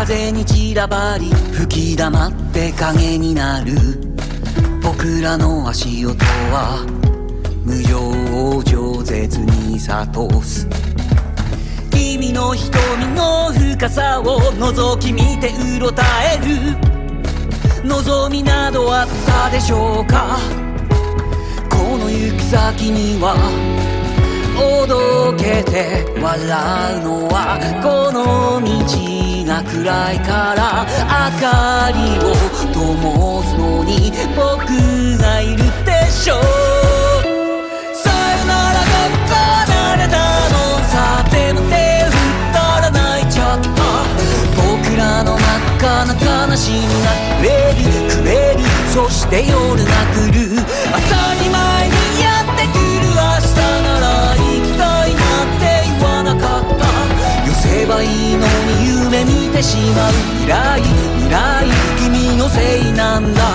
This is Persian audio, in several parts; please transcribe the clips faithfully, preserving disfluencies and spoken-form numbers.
風に散らばり吹き溜まって影になる僕らの足音は無情を饒舌に諭す君の瞳の深さを覗き見てうろたえる望みなどあったでしょうかこの行く先にはおどけて笑うのはこの道が暗いから明かりを灯すのに僕がいるでしょうさよならが離れたのさでも手を振ったら泣いちゃった僕らの真っ赤な悲しみが食える食えるそして夜が来る当たり前にやってくる明日なら行きたいなんて言わなかった寄せばいいのに夢見てしまう未来未来君のせいなんだ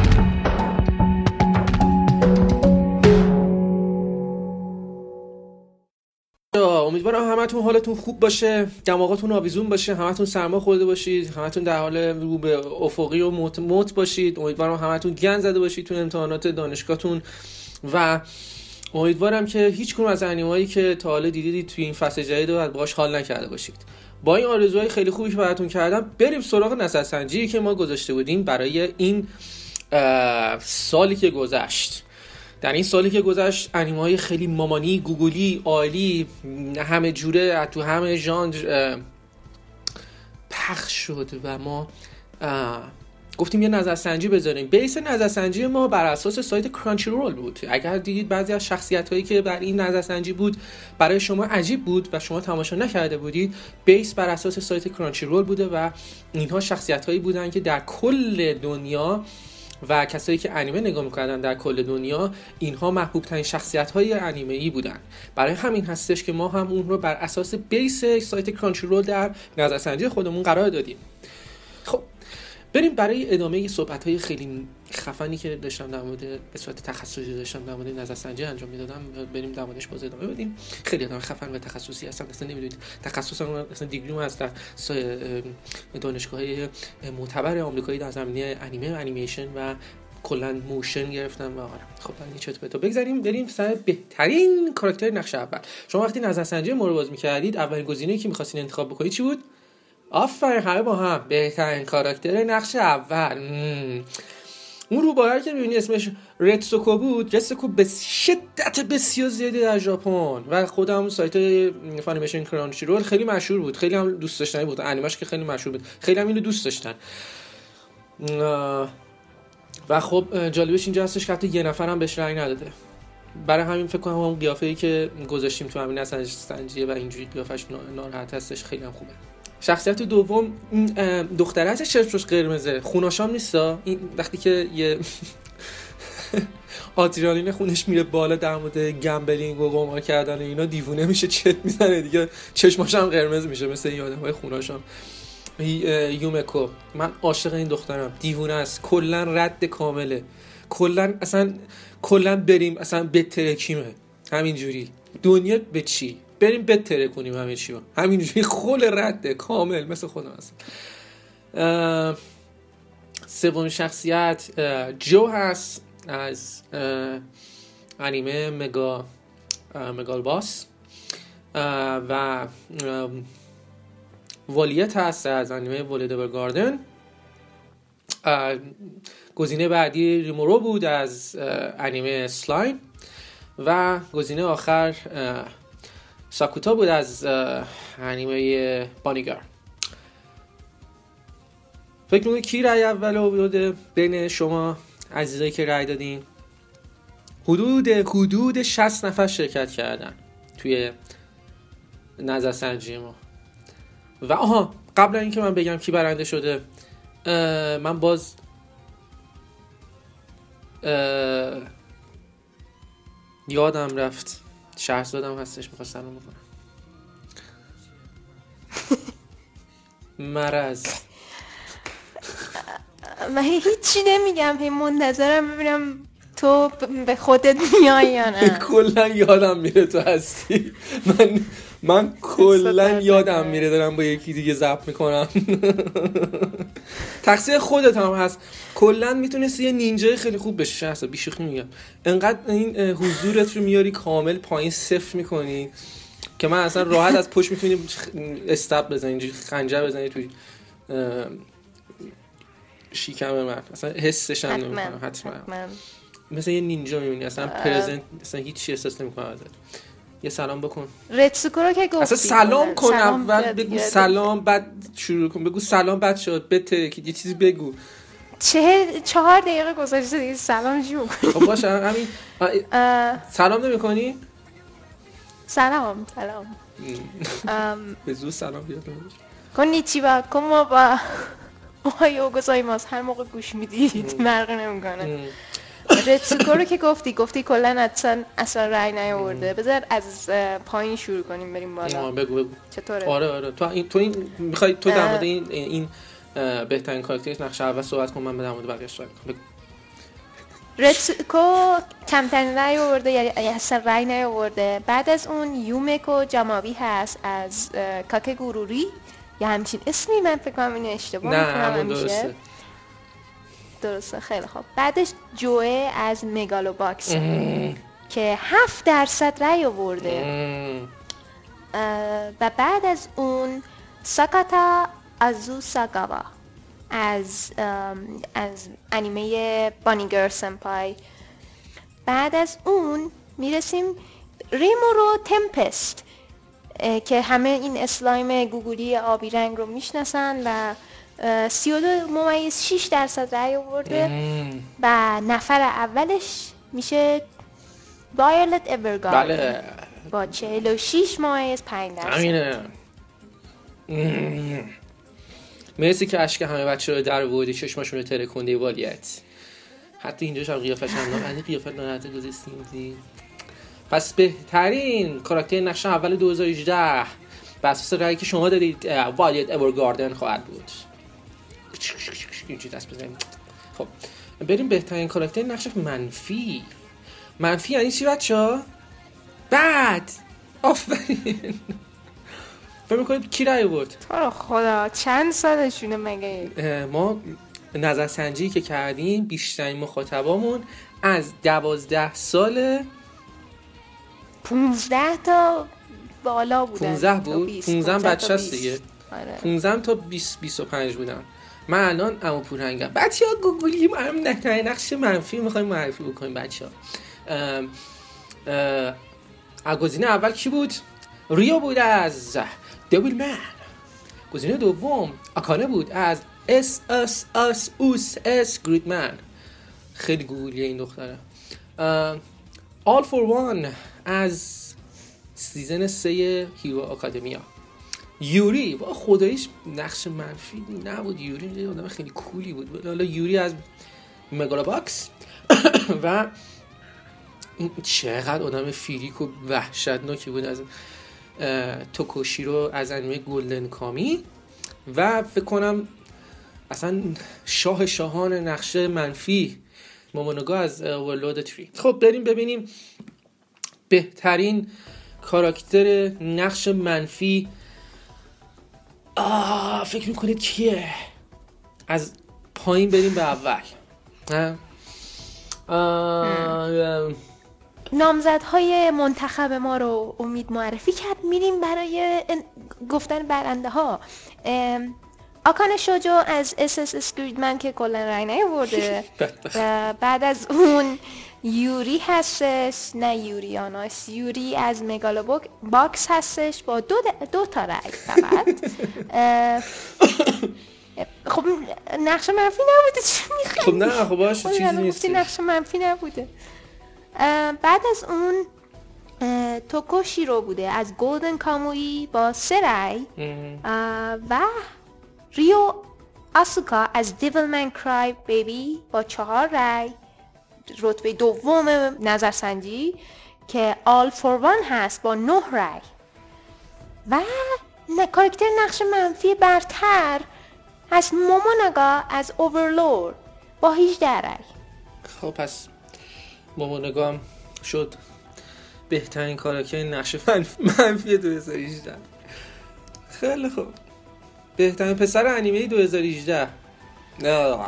امیدوارم همتون حالتون خوب باشه دماغتون آویزون باشه همتون سرما خورده باشید همتون در حال رو به افقی و موت, موت باشید امیدوارم همتون گند زده باشید تو امتحانات دانشگاهتون و امیدوارم که هیچ کدوم از انیمه‌هایی که تا حالا دیدید توی این فصل جدید رو باهاش حال نکرده باشید با این آرزوهای خیلی خوبی که براتون کردم بریم سراغ نظرسنجی که ما گذاشته بودیم برای این سالی که گذشت در این سالی که گذشت انیمه‌های خیلی مامانی، گوگلی، عالی همه جوره تو همه ژانر پخش شد و ما گفتیم یه نظرسنجی بذاریم. بیس نظرسنجی ما بر اساس سایت کرانچی رول بود. اگر دیدید بعضی از شخصیت‌هایی که بر این نظرسنجی بود برای شما عجیب بود و شما تماشا نکرده بودید، بیس بر اساس سایت کرانچی رول بوده و اینها شخصیت‌هایی بودن که در کل دنیا و کسایی که انیمه نگاه می‌کردن در کل دنیا اینها محبوب ترین شخصیت‌های انیمه‌ای بودن. برای همین هستش که ما هم اون رو بر اساس بیس سایت کرانچی رول در نظرسنجی خودمون قرار دادیم. خب بریم برای ادامه صحبت‌های خیلی خفنی که داشتم در مورد به صورت تخصصی داشتم در مورد نظرسنجی انجام میدادم بریم در موردش باز ادامه بدیم. خیلی آدم خفن و تخصصی هستم اصلا نمیدونید تخصصم اصلا دیگریم هست در دانشگاه‌های معتبر آمریکایی در زمینه انیمه و انیمیشن و کلا موشن گرفتم و آره خب این چطور بتا بگذاریم بریم سر بهترین کاراکتر نقش اول. شما وقتی نظرسنجی ما رو باز می‌کردید اولین گزینه‌ای که می‌خواستین انتخاب بکنید چی بود؟ آفرین همه با هم بهترین کاراکتر نقش اول. مم. اون رو باید که ببینی اسمش رتسوکو بود. رتسوکو به شدت بسیار زیادی در ژاپن و خودم سایت فانیمیشن کرانچی رول خیلی مشهور بود خیلی هم دوست داشتنی بود انیمش که خیلی مشهور بود خیلی هم اینو دوست داشتن و خب جالبش اینجا هستش که حتی یه نفر هم بهش رأی نداده برای همین فکر کنم اون قیافه‌ای که گذاشتیم تو همین نظرسنجی و اینجوری قیافش ناراحت هستش خیلی هم خوبه. شخصیت دوم دختره هستش چشمش قرمزه خوناشام نیستا این وقتی که یه آدرنالین خونش میره بالا در مورد گمبلینگ و قمار کردن اینا دیوونه میشه چت میزنه دیگه چشماش هم قرمز میشه مثل این آدمای خوناشام. یومکو من عاشق این دخترم دیوونه است کلا رد کامله کلا اصلا کلا بریم اصلا بترکیمه همینجوری دنیا به چی بریم بتره کنیم همه چی رو همینجوری خول رده کامل مثل خودم هست. سومین شخصیت جو هست از انیمه مگا مگال باس و والیت هست از انیمه ولیدبر گاردن. گزینه بعدی ریمورو بود از انیمه سلایم و گزینه آخر ساکوتا بود از انیمه بانیگار. فکر می‌کنید کی رأی اولو داده بین شما عزیزایی که رأی دادین؟ حدود حدود شصت نفر شرکت کردن توی نظرسنجی ما. و آها قبل اینکه من بگم کی برنده شده من باز یادم رفت شهرزادم هستش میخواد سلام بکنم. مرز من هیچی نمیگم هی منتظرم ببینم تو به خودت میای یا نه. کلا یادم میره تو هستی من من کلا یادم میره دارم با یکی دیگه ضبط میکنم. تقصیر خودت هم هست. کلا میتونستی یه نینجای خیلی خوب بشی اصلا، بیشوخی میگم. انقدر این حضورت رو میاری کامل پایین صفر میکنی که من اصلا راحت از پشت میتونی استاپ بزنی، اینجوری خنجر بزنی توی شیکم من، اصلا حسش هم نمیکنم. حتما مثلا یه نینجا میمونی اصلا پرزنت، اصلا هیچ چی احساس نمیکنم ازت. یه سلام بکن. رتسوکو رو که گفتی اصلا سلام کن اول، بگو سلام بعد شروع کن. بگو سلام بعد شد بته که یه چیزی بگو. چه چهار دقیقه گذشته دیگه سلام چی بکنی؟ خب باشه همین سلام نمی‌کنی؟ سلام سلام. به زود سلام بیاد. کنیچیوا کومو با اوهایو گوزایماس. هر موقع گوش میدید مرق نمیکنه. رتسوکو رو که گفتی گفتی کلا اصلا اصلا رای نیاورده. بذار از پایین شروع کنیم بریم بالا. بگو بگو چطوره؟ آره آره تو این تو این میخوای تو در مورد این این بهترین کاراکتر نقش اول صحبت کن، من در مورد بقیه صحبت کنم. رتسوکو کمترین رای آورده، یعنی اصلا رای نیاورده. بعد از اون یومیکو جامابی هست از کاکگوروری یا همچین اسمی، من فکر کنم اینو اشتباه میکنم همیشه. درسته خیلی خوب. بعدش جوه از مگالو باکس که هفت درصد رای آورده. و بعد از اون ساکاتا ازو ساگاوا از از انیمه بانیگر سمپای. بعد از اون میرسیم ریمورو تمپست که همه این اسلایم گوگولی آبی رنگ رو میشناسن و سی و دو ممیز شیش درصد رای آورده. و نفر اولش میشه وایولت اورگاردن. بله. با چهل و شیش ممیز پنج درصد. همینه. مرسی که اشک همه بچه رو در وردی، چشماشون رو ترکونده والیت. حتی اینجاش هم قیافش هم نام علی قیافت نانته گذاشتیم. پس بهترین کاراکتر نقش اول دو هزار و هجده بر اساس رأیی که شما دادید والیت اورگاردن خواهد بود. اینجوری دست بزنیم. خب بریم بهترین کاراکتر نقش منفی. منفی یعنی چی بچه‌ها؟ بد. آفرین. فکر می‌کنید کی رأی آورد؟ تو خدا چند سالشونه مگه؟ ما نظرسنجی که کردیم بیشترین مخاطبامون از دوازده سال پونزده تا بالا بودن. پونزده بود؟ پونزده بچه هست دیگه. پونزده تا بیست بیست و پنج بودن. من الان امو پورنگم. بچه ها گوگلیم هم نه نقش منفی میخوایم معرفی بکنیم بچه ها. گزینه اول کی بود؟ ریو بود از دویل من. گزینه دوم آکانه بود از اس اس اس اوس اس گریدمن. خیلی گوگلیه این دختره. آل فور وان از سیزن سه هیرو آکادمیا. یوری با خداییش نقش منفی نبود. یوری آدم خیلی کولی بود. حالا یوری از مگالا باکس. و این چقدر آدم فیریک و وحشتناکی بود از توکوشیرو از انیمه گلدن کامی. و فکر کنم اصلا شاه شاهان نقش منفی مومونوگا از اورلورد تری. خب بریم ببینیم بهترین کاراکتر نقش منفی. آه فکر میکنید کیه؟ از پایین بریم به اول. نامزدهای منتخب ما رو امید معرفی کرد. میریم برای گفتن برنده ها. آکانه شوجو از اس اس اس گریدمن که کلا رای نیاورده. بعد از اون یوری هستش، نه یوریاناس، یوری از مگالو باکس هستش با دو, دو تا رای فقط. خب نقش منفی نبوده. چی میخوایی؟ خب نه خب باشه چیزی نیستی. نقش منفی نبوده. بعد از اون توکوشیرو بوده از گلدن کاموی با سه رای. و ریو آسوکا از دیولمن کرای بیبی با چهار رای. رتبه دوم نظرسنجی که آل فور وان هست با نه رای. و کاراکتر نقش منفی برتر هست موموناگا از اوورلورد با هجده رای. خب پس موموناگا هم شد بهترین کاراکتر نقش منفی دو هزار و هجده. خیلی خوب. بهترین پسر انیمه دو هزار و هجده. نه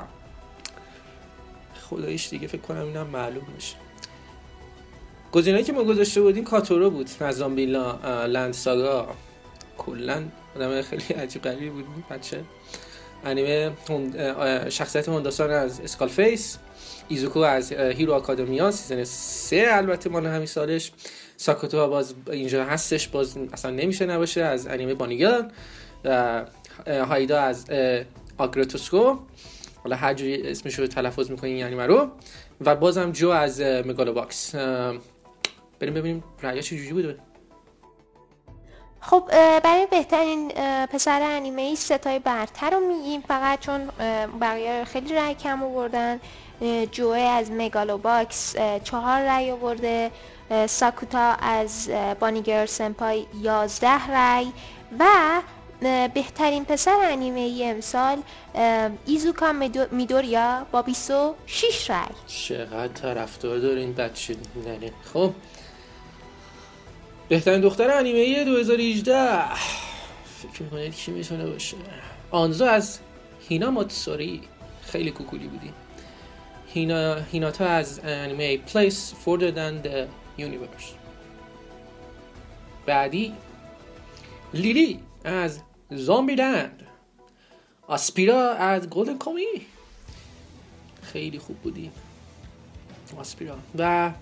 خداییش دیگه فکر کنم اینم معلوم میشه. گزینه‌ای که ما گذاشته بودیم کاتورو بود از زامبی لند ساگا. کلا آدم خیلی عجیب غریبی بود بچه. انیمه شخصیت هونداسان از اسکال فیس، ایزوکو از هیرو آکادمیا سیزن سه البته مال همین سالش، ساکوتو باز اینجا هستش باز اصلا نمیشه نباشه از انیمه بانیگل، هایدا از آگراتوسکو حالا هر جوری اسمش رو تلفظ میکنین یعنی مرو، و بازم جو از مگالو باکس. بریم ببینیم رأی‌ها چه جوری بوده. خب برای بهترین پسر انیمه ستای برتر رو میگیم فقط چون بقیه خیلی رأی کم آوردن. جوه از مگالو باکس چهار رأی آورده، ساکوتا از بانیگر سمپای یازده رأی و بهترین پسر انیمه امسال ایزوکا میدوریا با بیست و شش رأی. چقدر طرفدار داره این بچه. نه خب بهترین دختر انیمه دو هزار و هجده فکر میکنید کی میتونه باشه؟ آنزو از هینا ماتسوری، خیلی کوکولی بودی. هینا هیناتا از انیمه Place Further Than the Universe. بعدی لیلی از زامبی لند. آسپیرا از گلدن کامی، خیلی خوب بودی آسپیرا. و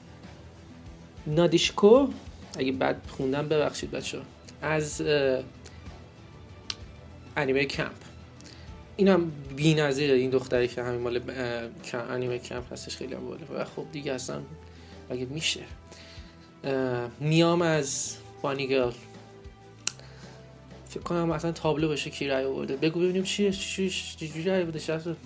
نادیشکو اگه بد خوندم ببخشید بچه ها، از انیمه کمپ. اینم بی نظیره این دختری که همین مال انیمه کمپ هستش، خیلی هم باله. و خب دیگه اصلا اگه میشه میام از بانیگل، فکر کنم اصلا تابلو بشه کی رای آورده. بگو ببینیم چیه چی چی رای بوده. شاید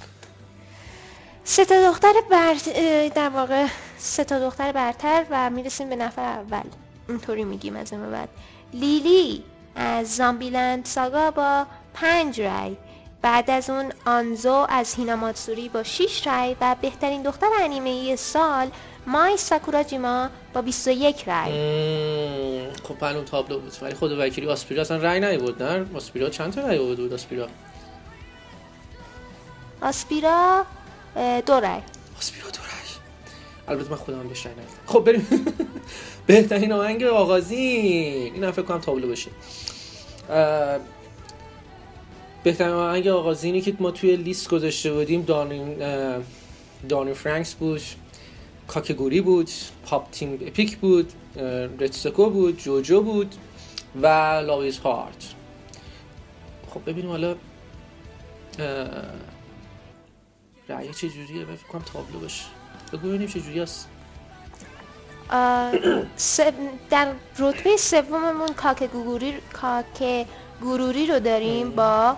سه تا دختر بر در واقع سه تا دختر برتر و میرسیم به نفر اول. اینطوری میگیم از این بعد. لیلی از زامبیلند ساگا با پنج رای، بعد از اون آنزو از هیناماتسوری با شش رای و بهترین دختر انیمه سال مای ساکوراجیما با بیست و یک رای. خب پلون تابلو بود ولی خود وکیلی آسپیرا اصلا رای نیاورد. نه آسپیرا چند تا رای آورد بود؟ آسپیرا آسپیرا دو رای. آسپیرا دو رای. البته من خودم بهش رای ندادم. خب بریم بهترین آهنگ آغازین. اینم فکر کنم تابلو بشه. بهترین آهنگ آغازینی که ما توی لیست گذاشته بودیم دانی دانی فرانکس بود، کاکگوری بود، پاپ تیم اپیک بود، رتسوکو بود، جوجو بود و لاویز هارت. خب ببینیم حالا رأی چه جوریه. فکر کنم تابلو باشه. بگو ببینیم چه جوری است. در رتبه سوممون کاکگوری کاکگوری رو داریم با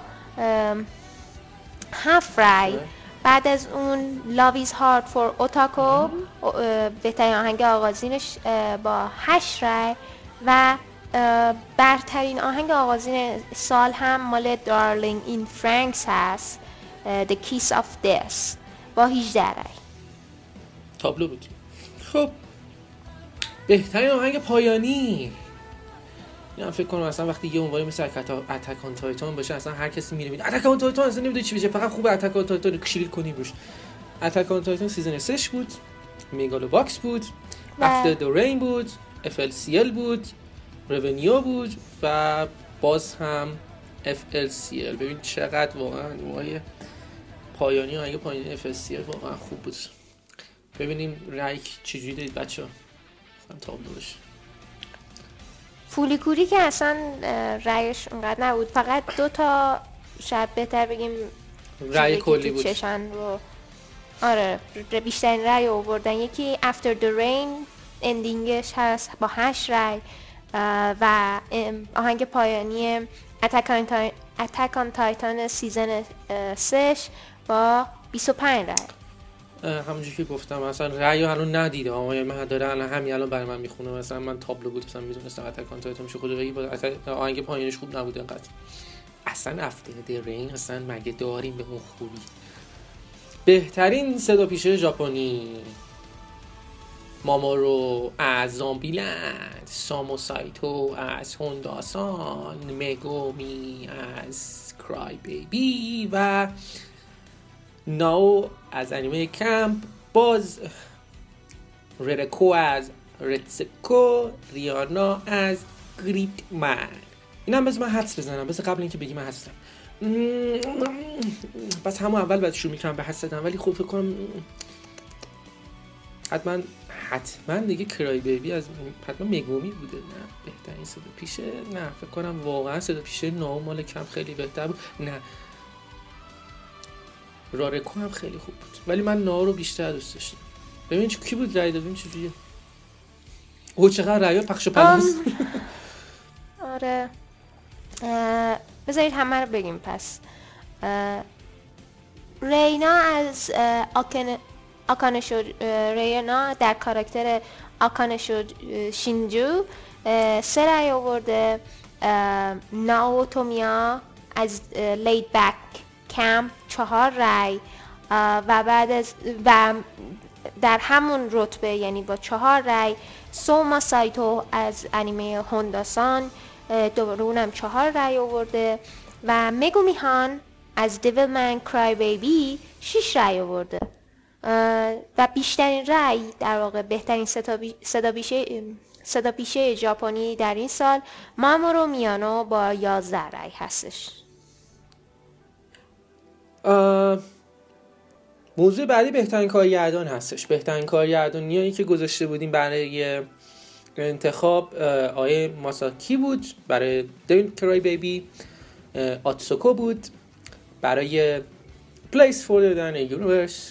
هفت رای. بعد از اون Love is Hard for Otako بهترین آهنگ آغازینش با هشت رای و برترین آهنگ آغازین سال هم مال Darling in Franks هست، The Kiss of Death با هجده رای. تابلو بود. خب بهترین آهنگ پایانی، من فکر کنم اصلا وقتی یه عنوانی مثل اتک آن تایتان باشه اصلا هر کسی میره میگه اتک آن تایتان اصلا نمیدونه چی بشه، فقط خوب اتک آن تایتان رو کشیل کنیم روش. اتک آن تایتان سیزن سه بود، میگالو باکس بود، افتر د رین بود، اف ال سی ال بود، رونیو بود و باز هم اف ال سی ال. ببین چقدر واقعا موهای پایانی آهنگ پایانی اف ال سی ال واقعا خوب بود. ببینیم رای چجوری دید بچه‌ها. هم تابلو بشه. فولیکوری که اصلا رایش اونقدر نبود، فقط دو تا شاید بهتر بگیم رای کلی بود. چشن رو آره بیشترین رای آوردن. یکی After the Rain اندینگش هست با هشت رای و آهنگ پایانی Attack on Titan سیزن سه با بیست و پنج رای. همونجوری که گفتم اصلا رأی رو هنوز ندیده آقای مهداره الان همین الان برای من میخونه. مثلا من تابلو بود مثلا میدونستم اتک آن تایتان میشه خود بگی با آهنگ پایینش خوب نبود انقدر. اصلا افتر د رین اصلا مگه داریم به اون خوبی. بهترین صدا پیشه ژاپنی مامورو از زامبیلند، سامو سایتو از هونداسان، مگومی از کرای بیبی و ناو از انیمه کمپ، باز ررکو از رتسکو، ریانا از گریپمن. اینا هم بذار من حدس بزنم، بذار قبل اینکه بگی من حدس بزنم. بس همون اول بعد شروع میکنم به حدس زدن، ولی خوب فکر کنم حتما حتما دیگه کرای بیبی از حتما مگومی بوده. نه بهترین صدا پیشه، نه فکر کنم واقعا صدا پیشه ناو مال کم خیلی بهتر بود. نه رارکو هم خیلی خوب بود، ولی من ناو رو بیشتر دوست داشتم. ببین چه کی بود رای دادیم چجوریه. او چقدر رای پخش و پلاس. آره بذارید همه رو بگیم. پس رینا از آکن آکانشو رینا در کاراکتر آکانشو شینجو سه رای آورده. ناوتومیا از لید بک کمپ چهار رای و بعد از و در همون رتبه یعنی با چهار رای سوما سایتو از انیمه هونداسان دوباره اونم چهار رای آورده و مگومی هان از دیولمن کرای بیبی شش رای آورده و بیشترین رای در واقع بهترین صدا پیشه صدا پیشه ژاپنی در این سال مامورو میانو با یازده رای هستش. موضوع بعدی بهترین کارگردان هستش. بهترین کارگردانیایی که گذاشته بودیم برای انتخاب آیه ماساکی بود برای دیویل کرای بیبی، آتسوکو بود برای پلیس فوردر دن یونیورس،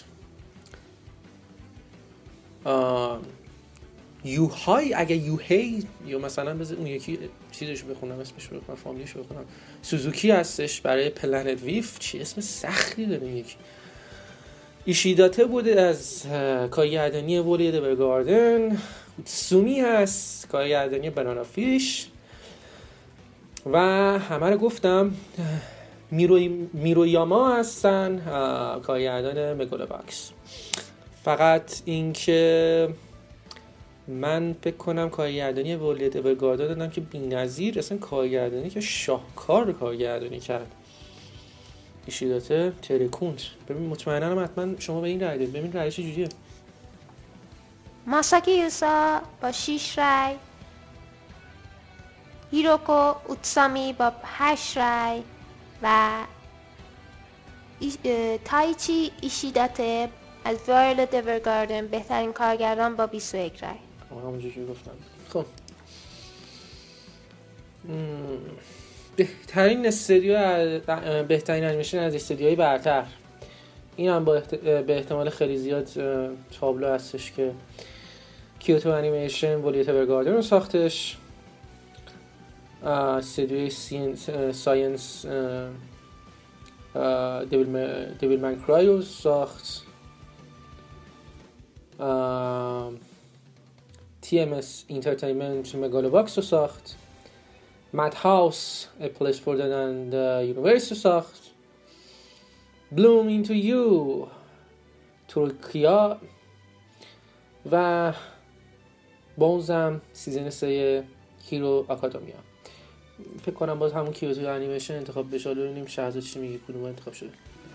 یوهای اگه یوهی یا مثلا بذار اون یکی چیزشو بخونم اسمش رو بخونم فامیلیشو بخونم سوزوکی هستش برای پلنت ویف. چی اسم سختی داره یکی. ایشیداته بوده از کارگردانی ولی دورگاردن. سومی هست کارگردانی بنانا فیش و همه رو گفتم. میروی میرویاما هستن کارگردان مگالوباکس. فقط اینکه من فکر کنم کارگردانی ولی دورگاردن دادم که بی‌نظیر، اصلا کارگردانی که شاهکار کارگردانی کرد. ایشیداته ترکوند. ببین مطمئنا هم حتما شما به این رای دید. ببین رایش چجوریه. ماساکی یوسا با شش رای، هیروکو اوتسامی با هشت رای و تایچی ایشیداته از وایلت اورگاردن بهترین کارگردان با بیست و یک رای. همونجوری گفتم. خب بهترین استودیو بهترین انیمیشن از استودیوهای برتر، این هم با احت... به احتمال خیلی زیاد تابلو هستش که کیوتو انیمیشن ولیت اورگاردن رو ساختش. استودیوی ساینس دیویل من کرای رو ساخت. تی ام اس انترتینمنت مگالوباکس رو ساخت. مد هاوس پلیس فوردر دن یونیورس رو ساخت. بلوم اینتو یو ترکیا و بونزم سیزن سه هیرو آکادمیا. فکر کنم باز همون کیوتو انیمیشن انتخاب بشه. حالا ببینیم شهرزاد چی میگه کدوم انتخاب شده.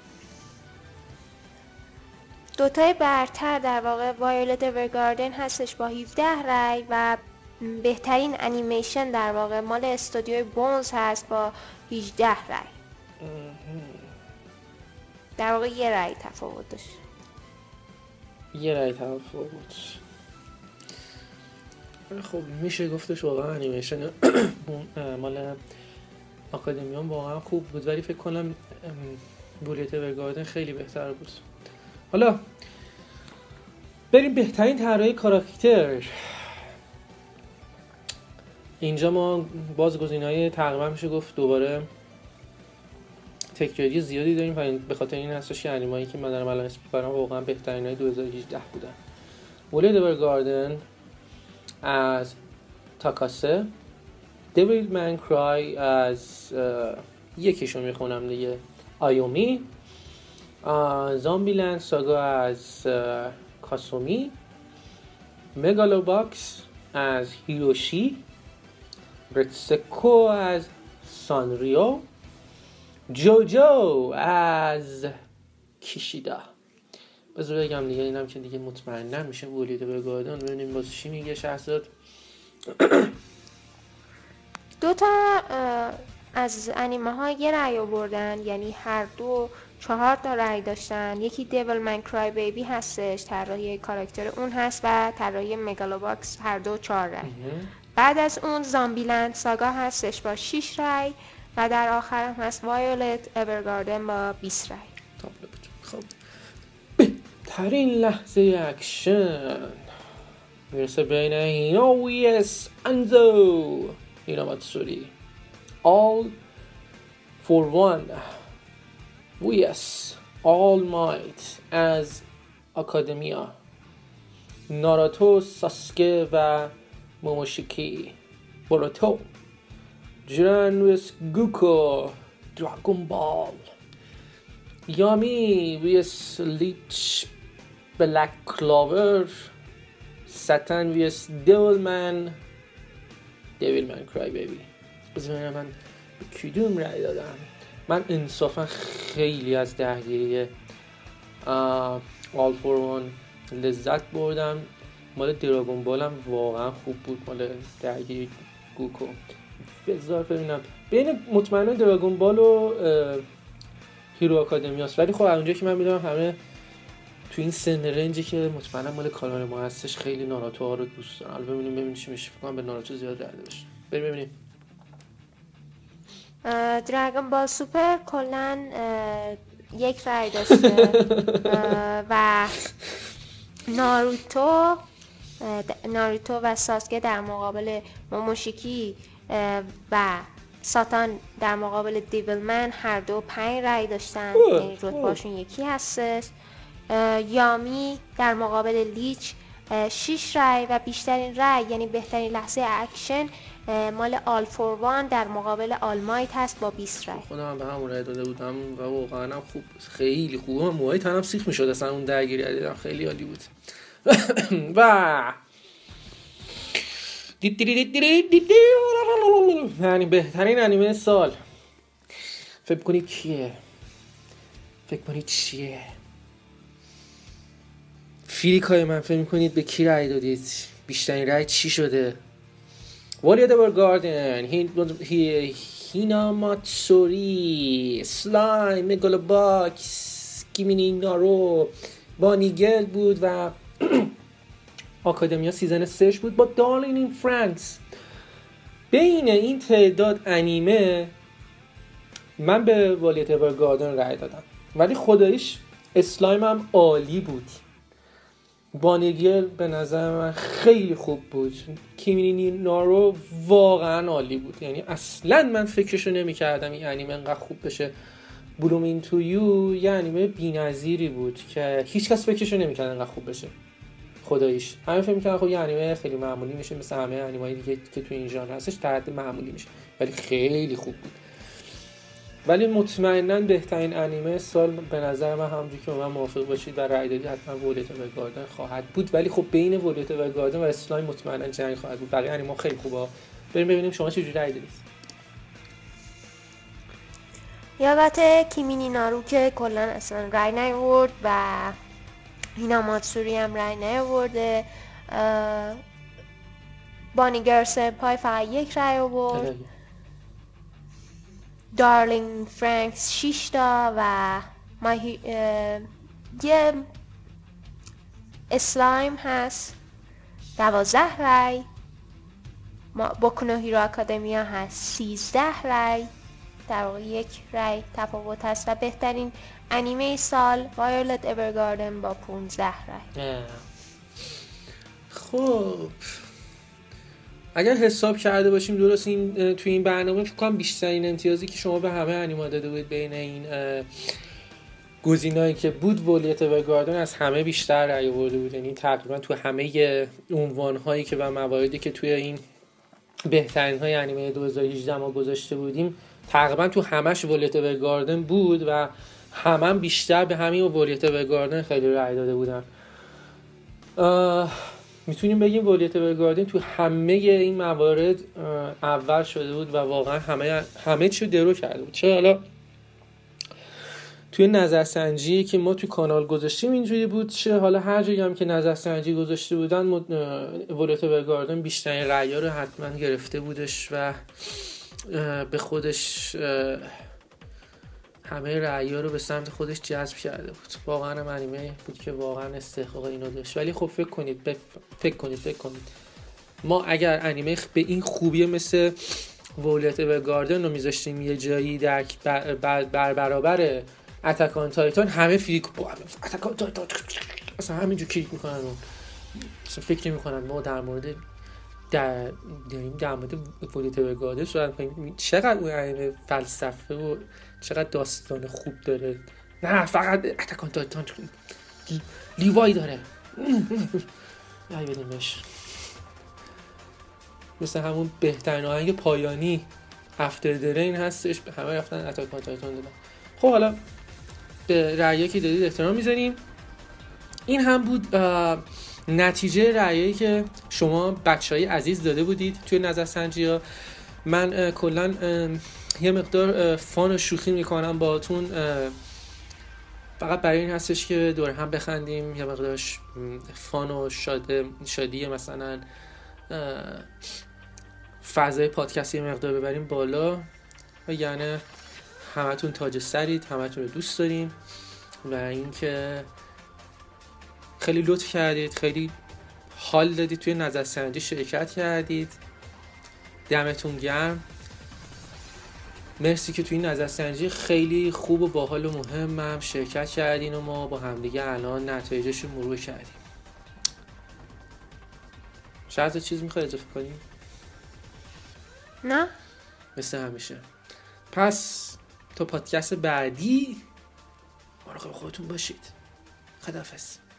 دوتای برتر در واقع وایلت اورگاردن هستش با هفده رای و بهترین انیمیشن در واقع مال استودیوی بونز هست با هجده رای. در واقع یه رای تفاوت داشت. یه رای تفاوت. خب میشه گفتش واقعا انیمیشن مال آکادمیان واقعا خوب بود، ولی فکر کنم ولیت اورگاردن خیلی بهتر بود. حالا بریم بهترین طراحی کاراکتر. اینجا ما باز گزینه‌های تقریبا میشه گفت دوباره تکراری زیادی داریم و به خاطر این هستش که انیمایی که من دارم الان اسم می‌برم واقعا بهترینای دو هزار و هجده بودن. ولیت اورگاردن از تاکاسه، دیویل من کرای از یکیشو میخونم دیگه آیومی، زامبیلند ساگا از کاسومی مگالوباکس از هیروشی، ریتسکو از سانریو، جوجو از کیشیدا. بذار بگم دیگه، اینم که دیگه مطمئنم میشه ولید بگاردن. ببینیم باز چی میگه شهرزاد. دو تا از انیمه ها یه رأی آوردن، یعنی هر دو چهار تا رأی داشتن. یکی دیول من کرای بیبی هستش، طراحی کاراکتر اون هست، و طراحی مگالوباکس، هر دو چهار رأی. بعد از اون زامبیلند ساگا هستش با شش رأی، و در آخر هم هست وایولت اورگاردن با بیست رأی. خب بهترین لحظه اکشن میرسه بین هینا ویس انزو هیناماتسوری. All for one ویس All Might از آکادمیا، ناراتو ساسکه و موموشیکی بوروتو، جیران ویس گوکو دراگون بال، یامی ویس لیچ بلک کلاور، ساتن ویس دیول من دیول من کرای بیبی. بذارم من به کدوم رأی دادم. من انصافا خیلی از درگیری All for One لذت بردم. مال دراگون بالم واقعا خوب بود، مال درگیری گوکو. بذار ببینم بین مطمئنا دراگون بال و هیرو آکادمیاست، ولی خب اونجایی که من میدونم همه تو این سن رنجی که مطمئنا مال کانال ما هستش خیلی ناروتو ها رو دوست دارن. حالا ببینیم ببینیم چی میشه. فکر کنم به ناروتو زیاد رده باشه. بریم ببینیم. دراگون بال سوپر کلن یک رای داشته و ناروتو ناروتو و ساسکه در مقابل موموشیکی و ساتان در مقابل دیولمن هر دو پنج رای داشتن، یعنی رتبه‌شون یکی هستش. یامی در مقابل لیچ شش رای و بیشترین رای، یعنی بهترین لحظه اکشن، مال آل فور وان در مقابل آل مایت هست با بیست رای. خودم به همون رای داده بودم و واقعا هم خوب، خیلی خوبه. من موهای تنم سیخ میشد اصلا اون درگیری دیدم، خیلی عالی بود. و یعنی بهترین انیمه سال فکر کنید کیه؟ فکر کنید چیه؟ فیریکای من فکر میکنید به کی رای دادید؟ بیشترین رای چی شده؟ ولیت اورگاردن، هیناماتسوری، سلایم، مگالوباکس، کیمینی نارو، بانیگل بود و آکادمیا سیزن سهش بود با دارلینگ این فرانکس. بین این تعداد انیمه من به ولیت اورگاردن رای دادم، ولی خداییش اسلایم هم عالی بود. بانیگل به نظر من خیلی خوب بود. کیمینی نارو واقعا عالی بود، یعنی اصلا من فکرشو نمی کردم این انیمه انقدر خوب بشه. بلومین تو یو یه انیمه بی‌نظیری بود که هیچ کس فکرشو نمی کرد انقدر خوب بشه. خداییش همه فکر می‌کردن خب یه انیمه خیلی معمولی میشه، مثل همه انیمه‌ای دیگه که تو این ژانر هستش در حد معمولی میشه، ولی خیلی خوب بود. ولی مطمئناً بهترین انیمه سال به نظر من، همونجوری که من موافق باشید و رأی دادید، حتما ولیت اورگاردن خواهد بود. ولی خب بین ولیت اورگاردن و اسلایم مطمئناً جنگ خواهد بود. بقیه انیمه‌ها خیلی خوبه. بریم ببینیم شما چه جوری رأی دادید. یادت کیمینی نارو که کلا اصلا رأی نیاورد و هیناماتسوری هم رأی نیاورده. بانیگر سنپای فقط یک رأی آورد. دارلینگ فرانکس شش تا و ماهی یه اسلایم هست دوازده رای. بوکو نو هیرو آکادمیا هست سیزده رای، در واقع یک رای تفاوت هست. و بهترین انیمه سال وایولت اورگاردن با پانزده رای. خب اگر حساب کرده باشیم درست این توی این برنامه فکر کنم بیشترین امتیازی که شما به همه انیمه داده بودید بین این گزینه‌ای که بود ولیت اورگاردن از همه بیشتر رأی آورده بود. یعنی تقریبا تو همه عنوان‌هایی که و مواردی که توی این بهترین های انیمه دو هزار و هجده ما گذاشته بودیم تقریبا تو همش ولیت اورگاردن بود و همه هم بیشتر به همین ولیت اورگاردن خیلی رأی داده بودن. میتونیم بگیم ولیت گاردین تو همه این موارد اول شده بود و واقعا همه همه چی رو درو کرده بود. چه حالا توی نظرسنجی که ما تو کانال گذاشتیم اینجوری بود، چه حالا هر جایی هم که نظرسنجی گذاشته بودن ولیت گاردین بیشترین رأی‌ها رو حتما گرفته بودش و به خودش همه رأی‌ها رو به سمت خودش جذب کرده بود. واقعا انیمه بود که واقعا استحقاق اینو داشت. ولی خب فکر کنید بف... فکر کنید فکر کنید ما اگر انیمه به این خوبی مثل ولیت گاردین رو میذاشتیم یه جایی در بر, بر, بر برابر اتک آن تایتان، همه فیک اتک آن تایتان اصلا همینجور کلیک میکنن و اصلا فکر نمیکنن ما در مورد در داریم در مورد ولیت گاردین صحبت می‌کنیم. چقدر اون انیمه فلسفه و چقدر داستان خوب داره. نه فقط اتک آن تایتان لیوای داره ای بدیمش مثل همون بهترین آهنگ پایانی افتر درین هستش، همه رفتن اتک آن تایتان دادن. خب حالا به رأیی که دادید احترام میذاریم. این هم بود نتیجه رأیی که شما بچهای عزیز داده بودید توی نظرسنجی ها. من کلا یه مقدار فان و شوخی میکنم باهاتون، فقط برای این هستش که دور هم بخندیم، یه مقدار فان و شاده شادی مثلا فضای پادکستی یه مقدار ببریم بالا و یعنی همتون تاج سرید، همتون رو دوست داریم و اینکه خیلی لطف کردید، خیلی حال دادید، توی نظرسنجی شرکت کردید، دمتون گرم. مرسی که توی این نظرسنجی خیلی خوب و باحال و مهم هم شرکت کردین و ما با همدیگه الان نتایجش رو مرور کردیم. شاید چیز میخوای اضافه کنیم؟ نه مثل همیشه. پس تا پادکست بعدی مراقب خودتون باشید. خداحافظ.